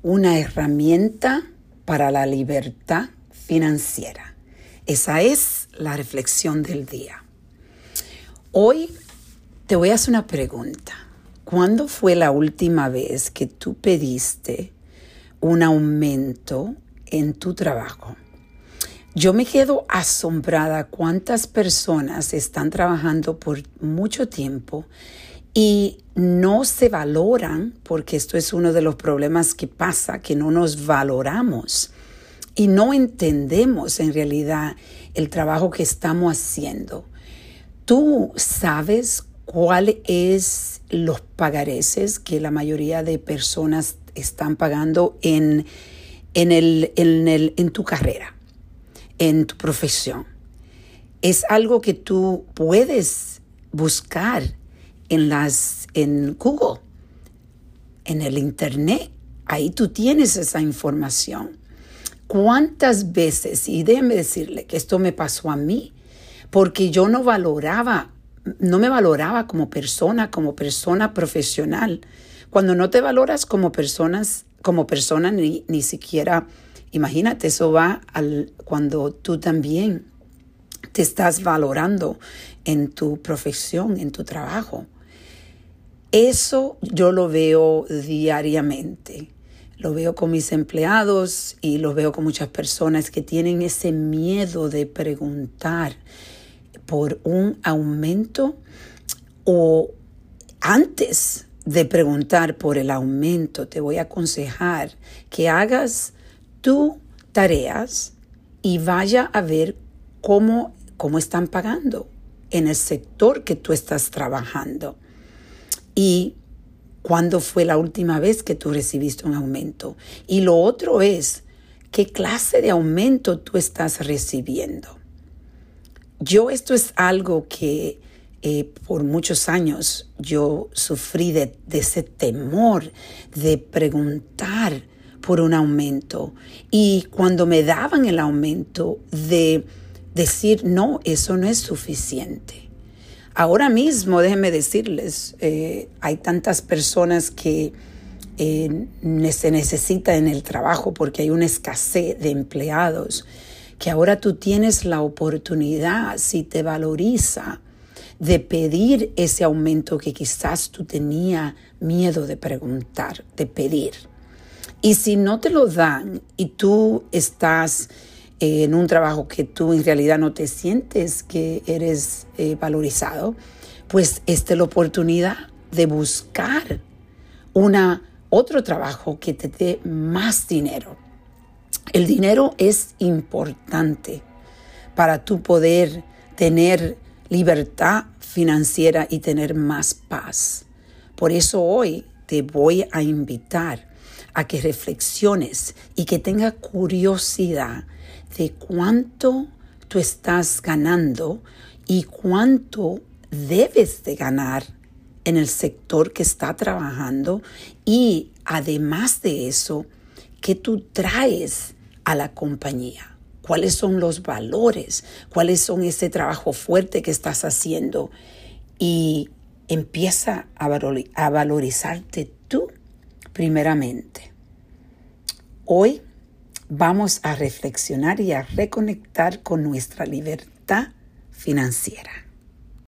una herramienta para la libertad financiera. Esa es la reflexión del día. Hoy te voy a hacer una pregunta. ¿Cuándo fue la última vez que tú pediste un aumento en tu trabajo? Yo me quedo asombrada cuántas personas están trabajando por mucho tiempo y no se valoran, porque esto es uno de los problemas que pasa, que no nos valoramos y no entendemos en realidad el trabajo que estamos haciendo. ¿Tú sabes cuál es los pagareces que la mayoría de personas están pagando en tu carrera, en tu profesión? Es algo que tú puedes buscar en Google, en el internet. Ahí tú tienes esa información. ¿Cuántas veces? Y déjeme decirle que esto me pasó a mí, porque yo no me valoraba como persona profesional. Cuando no te valoras como persona, ni siquiera, imagínate, eso va cuando tú también te estás valorando en tu profesión, en tu trabajo. Eso yo lo veo diariamente. Lo veo con mis empleados y lo veo con muchas personas que tienen ese miedo de preguntar por un aumento, o antes de preguntar por el aumento, te voy a aconsejar que hagas tus tareas y vaya a ver cómo están pagando en el sector que tú estás trabajando. Y cuándo fue la última vez que tú recibiste un aumento. Y lo otro es, ¿qué clase de aumento tú estás recibiendo? Esto es algo que por muchos años yo sufrí de ese temor de preguntar por un aumento. Y cuando me daban el aumento, de decir, no, eso no es suficiente. Ahora mismo, déjenme decirles, hay tantas personas que se necesitan en el trabajo porque hay una escasez de empleados, que ahora tú tienes la oportunidad, si te valoriza, de pedir ese aumento que quizás tú tenías miedo de preguntar, de pedir. Y si no te lo dan y tú estás en un trabajo que tú en realidad no te sientes que eres valorizado, pues esta es la oportunidad de buscar otro trabajo que te dé más dinero. El dinero es importante para tú poder tener libertad financiera y tener más paz. Por eso hoy te voy a invitar a que reflexiones y que tengas curiosidad de cuánto tú estás ganando y cuánto debes de ganar en el sector que está trabajando, y además de eso, ¿qué tú traes a la compañía? ¿Cuáles son los valores? ¿Cuáles son ese trabajo fuerte que estás haciendo? Y empieza a valorizarte tú primeramente. Hoy vamos a reflexionar y a reconectar con nuestra libertad financiera.